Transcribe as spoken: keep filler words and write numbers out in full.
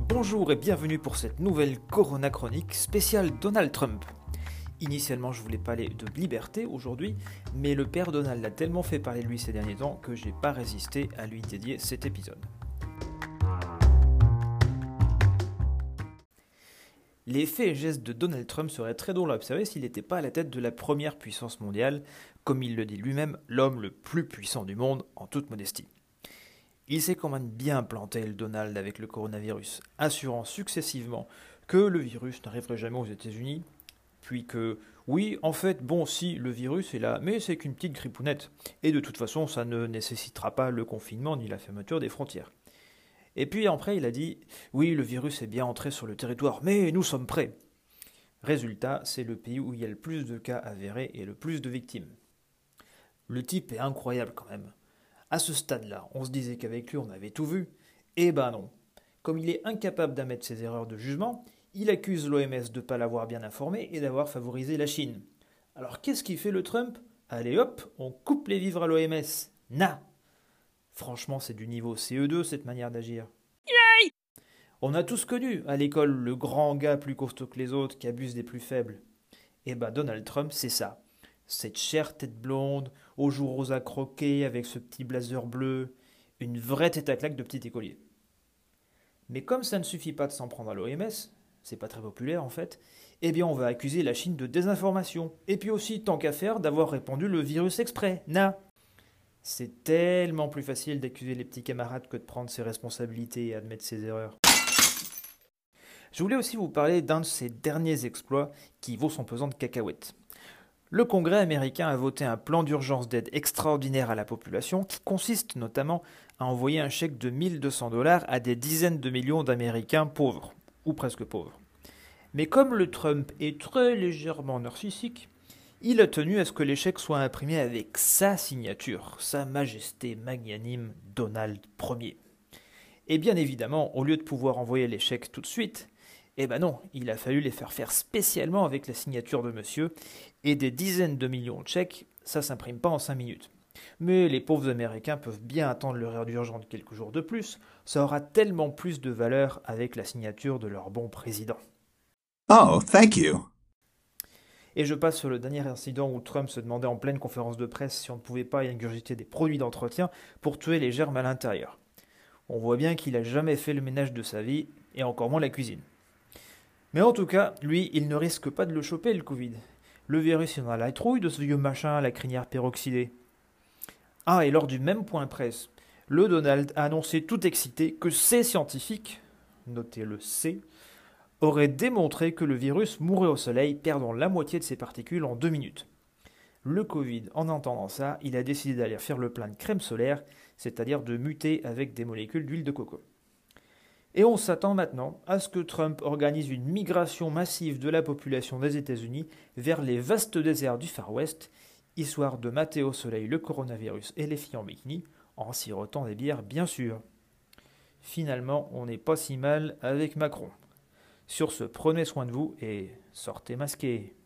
Bonjour et bienvenue pour cette nouvelle Corona Chronique spéciale Donald Trump. Initialement, je voulais parler de liberté aujourd'hui, mais le père Donald a tellement fait parler de lui ces derniers temps que j'ai pas résisté à lui dédier cet épisode. Les faits et gestes de Donald Trump seraient très drôles à observer s'il n'était pas à la tête de la première puissance mondiale, comme il le dit lui-même, l'homme le plus puissant du monde, en toute modestie. Il s'est quand même bien planté le Donald avec le coronavirus, assurant successivement que le virus n'arriverait jamais aux États-Unis, puis que, oui, en fait, bon, si, le virus est là, mais c'est qu'une petite grippounette, et de toute façon, ça ne nécessitera pas le confinement ni la fermeture des frontières. Et puis après, il a dit, oui, le virus est bien entré sur le territoire, mais nous sommes prêts. Résultat, c'est le pays où il y a le plus de cas avérés et le plus de victimes. Le type est incroyable quand même. À ce stade-là, on se disait qu'avec lui, on avait tout vu. Eh ben non. Comme il est incapable d'admettre ses erreurs de jugement, il accuse l'O M S de ne pas l'avoir bien informé et d'avoir favorisé la Chine. Alors qu'est-ce qu'il fait le Trump? Allez hop, on coupe les vivres à l'O M S. Na. Franchement, c'est du niveau C E deux cette manière d'agir. Yay. On a tous connu à l'école le grand gars plus costaud que les autres qui abuse des plus faibles. Eh ben Donald Trump, c'est ça. Cette chère tête blonde, aux joues roses croquer avec ce petit blazer bleu, une vraie tête à claque de petit écolier. Mais comme ça ne suffit pas de s'en prendre à l'O M S, c'est pas très populaire en fait, eh bien on va accuser la Chine de désinformation, et puis aussi, tant qu'à faire, d'avoir répandu le virus exprès, na. C'est tellement plus facile d'accuser les petits camarades que de prendre ses responsabilités et admettre ses erreurs. Je voulais aussi vous parler d'un de ses derniers exploits qui vaut son pesant de cacahuètes. Le Congrès américain a voté un plan d'urgence d'aide extraordinaire à la population qui consiste notamment à envoyer un chèque de mille deux cents dollars à des dizaines de millions d'Américains pauvres, ou presque pauvres. Mais comme le Trump est très légèrement narcissique, il a tenu à ce que les chèques soient imprimés avec sa signature, sa majesté magnanime Donald Ier. Et bien évidemment, au lieu de pouvoir envoyer les chèques tout de suite, eh ben non, il a fallu les faire faire spécialement avec la signature de monsieur, et des dizaines de millions de chèques, ça s'imprime pas en cinq minutes. Mais les pauvres Américains peuvent bien attendre leur heure d'urgence quelques jours de plus, ça aura tellement plus de valeur avec la signature de leur bon président. Oh, thank you. Et je passe sur le dernier incident où Trump se demandait en pleine conférence de presse si on ne pouvait pas y ingurgiter des produits d'entretien pour tuer les germes à l'intérieur. On voit bien qu'il n'a jamais fait le ménage de sa vie, et encore moins la cuisine. Mais en tout cas, lui, il ne risque pas de le choper, le Covid. Le virus, il en a la trouille de ce vieux machin à la crinière peroxydée. Ah, et lors du même point presse, le Donald a annoncé tout excité que ces scientifiques, notez le C, auraient démontré que le virus mourait au soleil, perdant la moitié de ses particules en deux minutes. Le Covid, en entendant ça, il a décidé d'aller faire le plein de crème solaire, c'est-à-dire de muter avec des molécules d'huile de coco. Et on s'attend maintenant à ce que Trump organise une migration massive de la population des États-Unis vers les vastes déserts du Far West, histoire de mater au soleil le coronavirus et les filles en bikini, en sirotant des bières bien sûr. Finalement, on n'est pas si mal avec Macron. Sur ce, prenez soin de vous et sortez masqués.